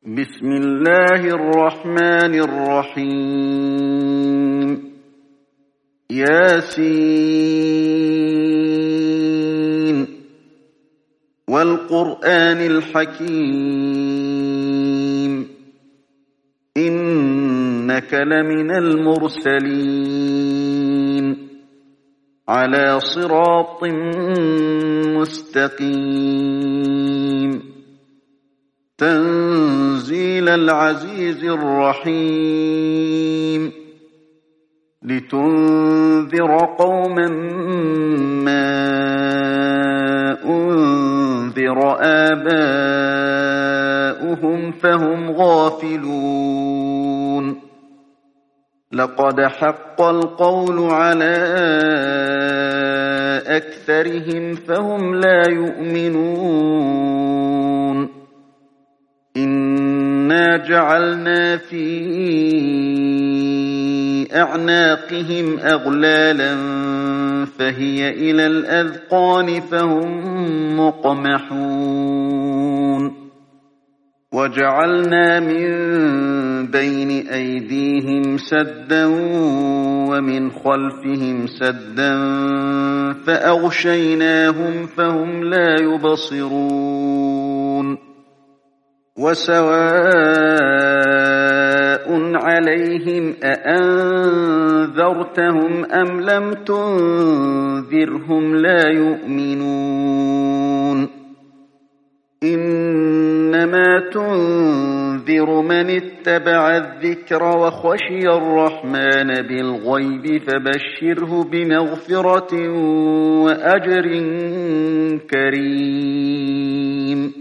بسم الله الرحمن الرحيم ياسين والقرآن الحكيم إنك لمن المرسلين على صراط مستقيم تنزيل العزيز الرحيم لتنذر قوما ما أنذر آباؤهم فهم غافلون لقد حق القول على أكثرهم فهم لا يؤمنون إنا جعلنا في أعناقهم أغلالا فهي إلى الأذقان فهم مقمحون وجعلنا من بين أيديهم سدا ومن خلفهم سدا فأغشيناهم فهم لا يبصرون وسواء عليهم أأنذرتهم أم لم تنذرهم لا يؤمنون إنما تنذر من اتبع الذكر وخشي الرحمن بالغيب فبشره بمغفرة وأجر كريم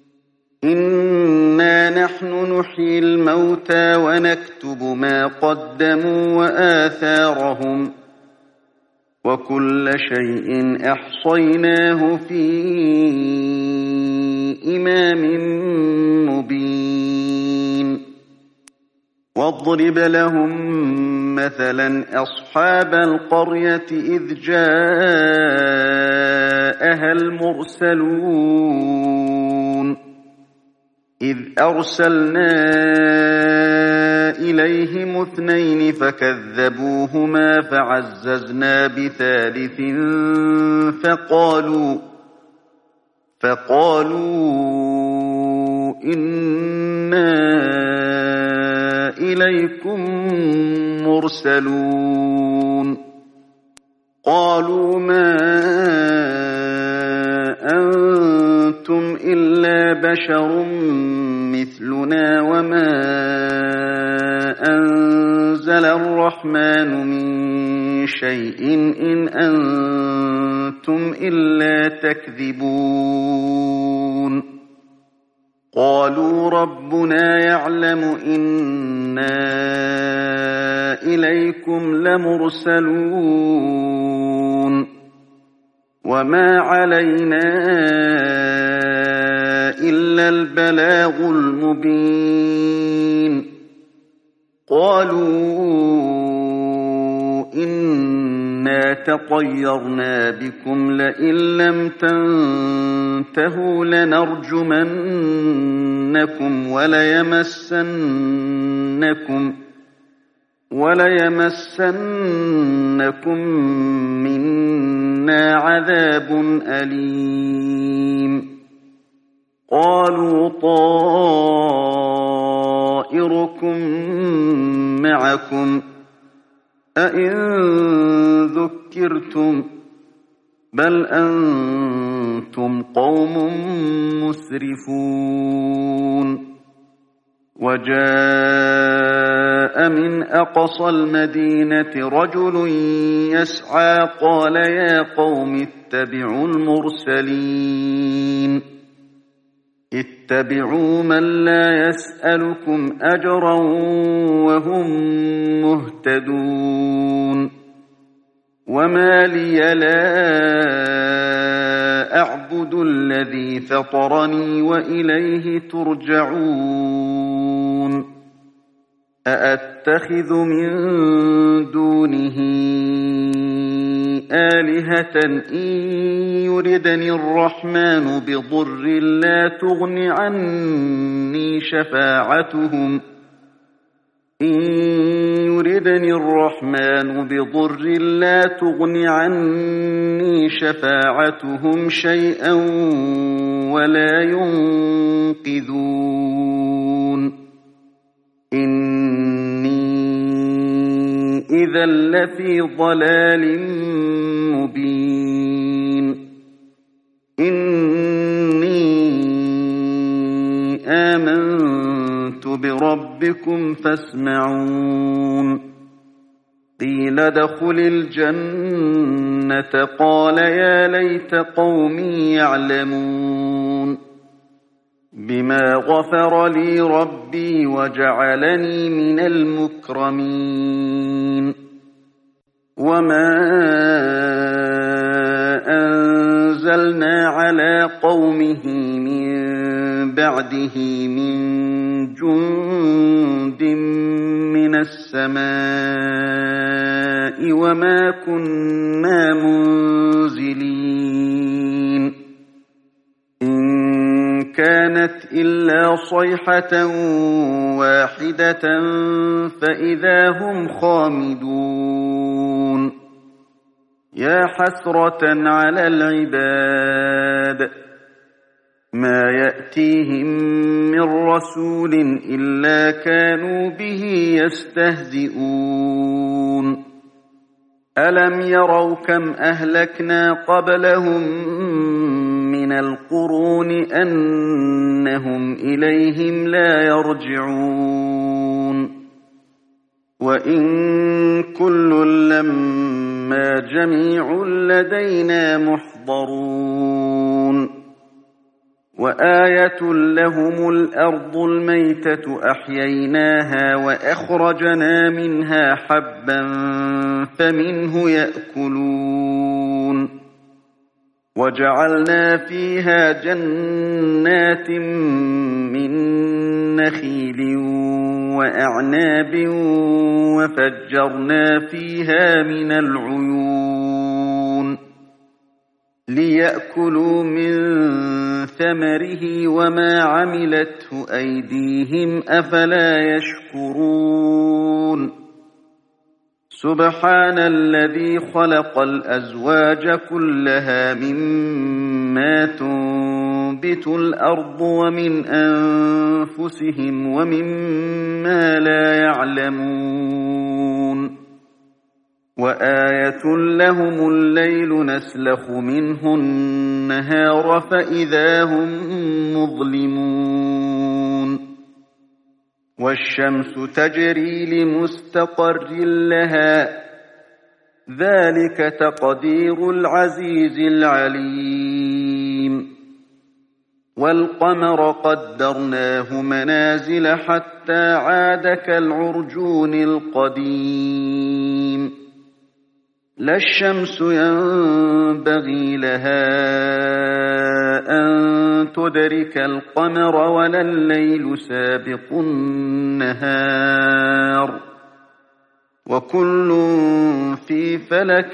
إنا نحن نحيي الموتى ونكتب ما قدموا وآثارهم وكل شيء أحصيناه في إمام مبين واضرب لهم مثلا أصحاب القرية إذ جاءها المرسلون إذ أرسلنا إليهم اثنين فكذبوهما فعززنا بثالث فقالوا إنا إليكم مرسلون قالوا ما أنتم إلا بشر مثلنا وما أنزل الرحمن من شيء إن أنتم إلا تكذبون قالوا ربنا يعلم إنا إليكم لمرسلون وما علينا إلا البلاغ المبين قالوا إنا تطيرنا بكم لئن لم تنتهوا لنرجمنكم وليمسنكم منا عذاب أليم قالوا طائركم معكم أئن ذكرتم بل أنتم قوم مسرفون وجاء من أقصى المدينة رجل يسعى قال يا قوم اتبعوا المرسلين اتبعوا من لا يسألكم أجرا وهم مهتدون وما لي لا أعبد الذي فطرني وإليه ترجعون أأتخذ من دونه آلهة إن يردني الرحمن بضر لا تغن عني شفاعتهم شيئا ولا ينقذون إني إذا لفي ضلال مبين إني آمنت بربكم فاسمعون قيل ادخل الجنة قال يا ليت قومي يعلمون بما غفر لي ربي وجعلني من المكرمين وما أنزلنا على قومه من بعده من جند من السماء وما كنا منزلين إن كانت إلا صيحة واحدة فإذا هم خامدون يا حسرة على العباد ما يأتيهم من رسول إلا كانوا به يستهزئون ألم يروا كم أهلكنا قبلهم من القرون أنهم إليهم لا يرجعون وإن كل لما جميع لدينا محضرون وآية لهم الأرض الميتة أحييناها وأخرجنا منها حبا فمنه يأكلون وجعلنا فيها جنات من نخيل وأعناب وفجرنا فيها من العيون ليأكلوا من ثمره وما عملته أيديهم أفلا يشكرون سبحان الذي خلق الأزواج كلها مما تنبت الأرض ومن أنفسهم ومما لا يعلمون وآية لهم الليل نسلخ منه النهار فإذا هم مظلمون والشمس تجري لمستقر لها ذلك تقدير العزيز العليم والقمر قدرناه منازل حتى عاد كالعرجون القديم لا الشمس ينبغي لها أن تدرك القمر ولا الليل سابق النهار وكل في فلك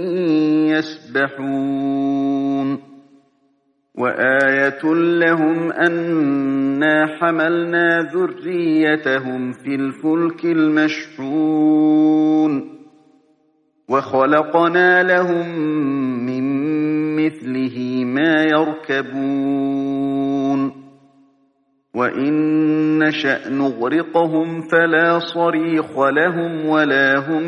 يسبحون وآية لهم أنا حملنا ذريتهم في الفلك المشحون وخلقنا لهم من مثله ما يركبون وإن نشأ نغرقهم فلا صريخ لهم ولا هم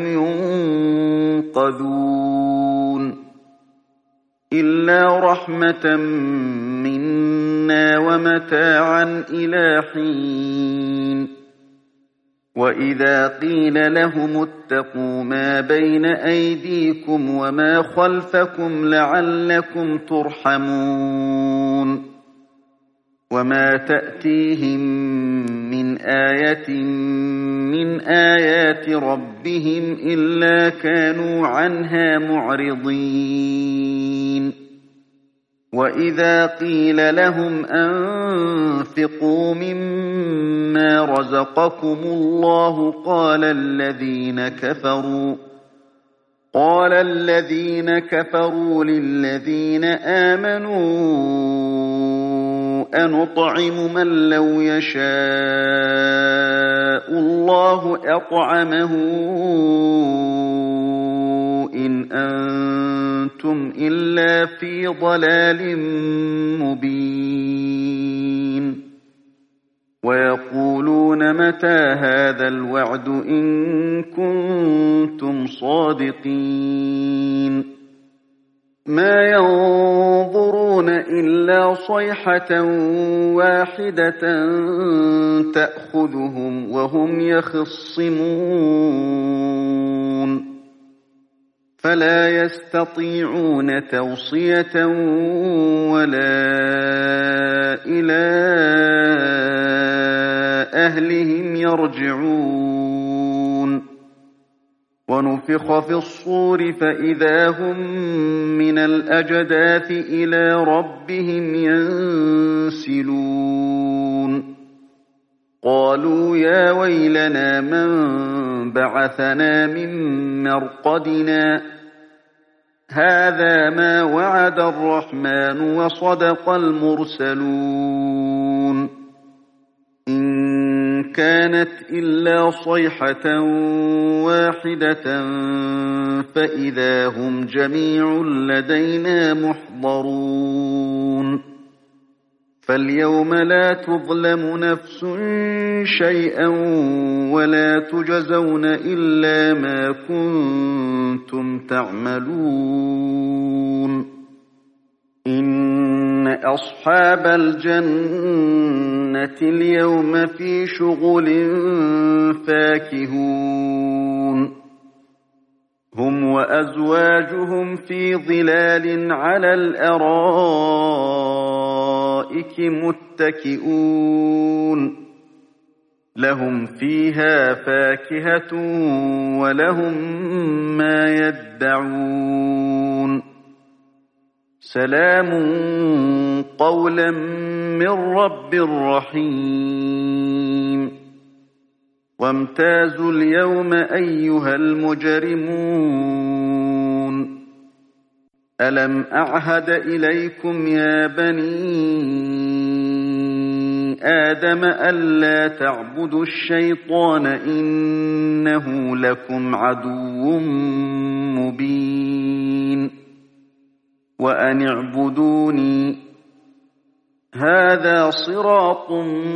ينقذون إلا رحمة منا ومتاعا إلى حين وإذا قيل لهم اتقوا ما بين أيديكم وما خلفكم لعلكم ترحمون وما تأتيهم من آية من آيات ربهم إلا كانوا عنها معرضين وإذا قيل لهم أنفقوا مما رزقكم الله قال الذين كفروا للذين آمنوا أنطعم من لو يشاء الله أطعمه إن أنتم إلا في ضلال مبين ويقولون متى هذا الوعد إن كنتم صادقين ما ينظرون إلا صيحة واحدة تأخذهم وهم يخصمون فلا يستطيعون توصية ولا إلى أهلهم يرجعون ونفخ في الصور فإذا هم من الأجداث إلى ربهم ينسلون قالوا يا ويلنا من بعثنا من مرقدنا هذا ما وعد الرحمن وصدق المرسلون إن كانت إلا صيحة واحدة فإذا هم جميع لدينا محضرون فاليوم لا تظلم نفس شيئا ولا تجزون إلا ما كنتم تعملون إن أصحاب الجنة اليوم في شغل فاكهون هم وأزواجهم في ظلال على الأرائك متكئون لهم فيها فاكهة ولهم ما يدعون سلام قولا من رب رحيم وامتازوا اليوم أيها المجرمون ألم أعهد إليكم يا بني آدم ألا تعبدوا الشيطان إنه لكم عدو مبين وأن اعبدوني هذا صراط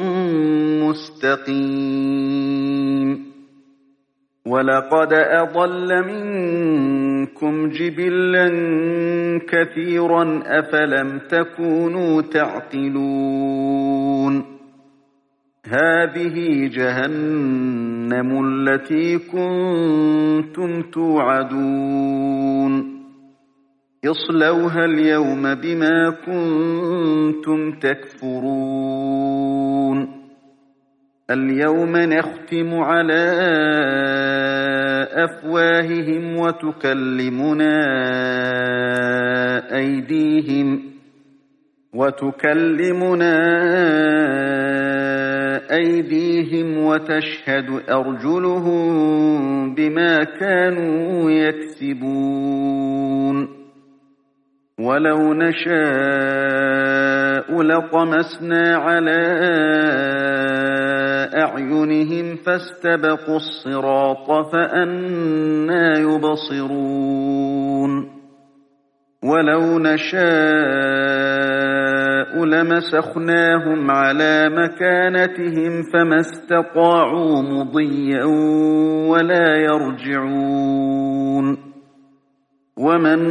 مستقيم ولقد أضل منكم جبلا كثيرا أفلم تكونوا تعقلون هذه جهنم التي كنتم توعدون اصلوها اليوم بما كنتم تكفرون اليوم نختم على أفواههم وتكلمنا أيديهم وتشهد أرجلهم بما كانوا يكسبون ولو نشاء لطمسنا على أعينهم فاستبقوا الصراط فأنى يبصرون ولو نشاء لمسخناهم على مكانتهم فما استطاعوا مضيا ولا يرجعون ومن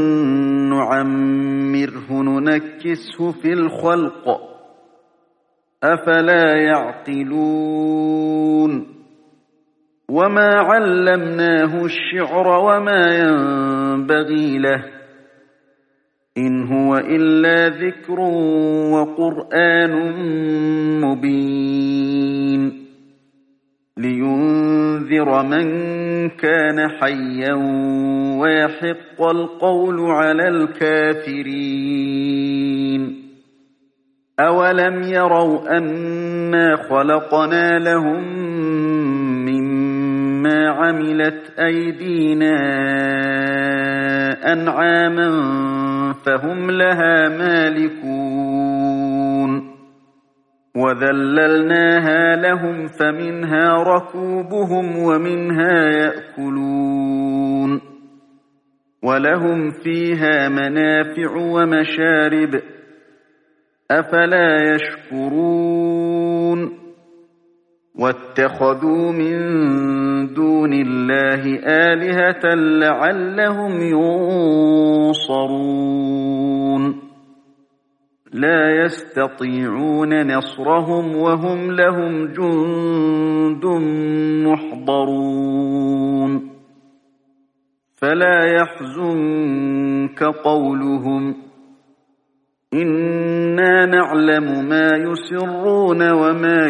نعمره ننكسه في الخلق أفلا يعقلون وما علمناه الشعر وما ينبغي له إن هو إلا ذكر وقرآن مبين لينذر من كان حيا ويحق القول على الكافرين أولم يروا أنا خلقنا لهم ما عملت أيدينا أنعاما فهم لها مالكون وذللناها لهم فمنها ركوبهم ومنها يأكلون ولهم فيها منافع ومشارب أفلا يشكرون واتخذوا من دون الله آلهة لعلهم ينصرون لا يستطيعون نصرهم وهم لهم جند محضرون فلا يحزنك قولهم إنا نعلم ما يسرون وما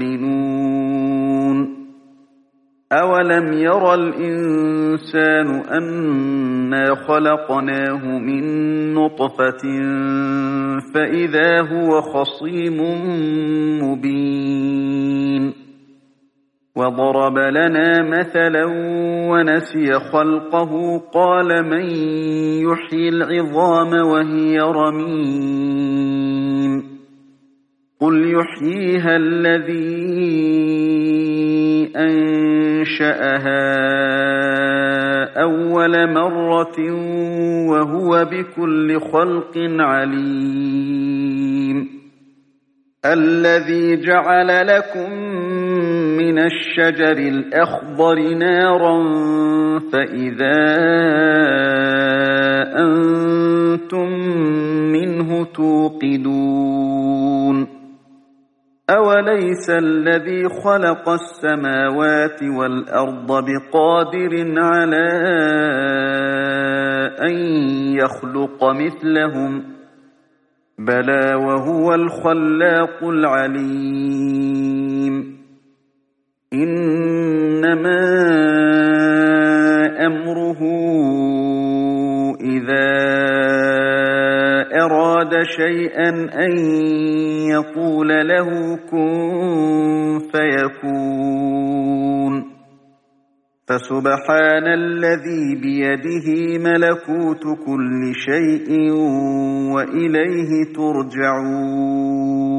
يعلنون أولم ير الإنسان أنا خلقناه من نطفة فإذا هو خصيم مبين وضرب لنا مثلا ونسي خلقه قال من يحيي العظام وهي رميم قل يحييها الذي أنشأها أول مرة وهو بكل خلق عليم الذي جعل لكم من الشجر الأخضر نارا فإذا أنتم منه توقدون أوليس الذي خلق السماوات والأرض بقادر على أن يخلق مثلهم بلى وهو الخلاق العليم إنما أمره إذا أراد شيئا أن يقول له كن فيكون فسبحان الذي بيده ملكوت كل شيء وإليه ترجعون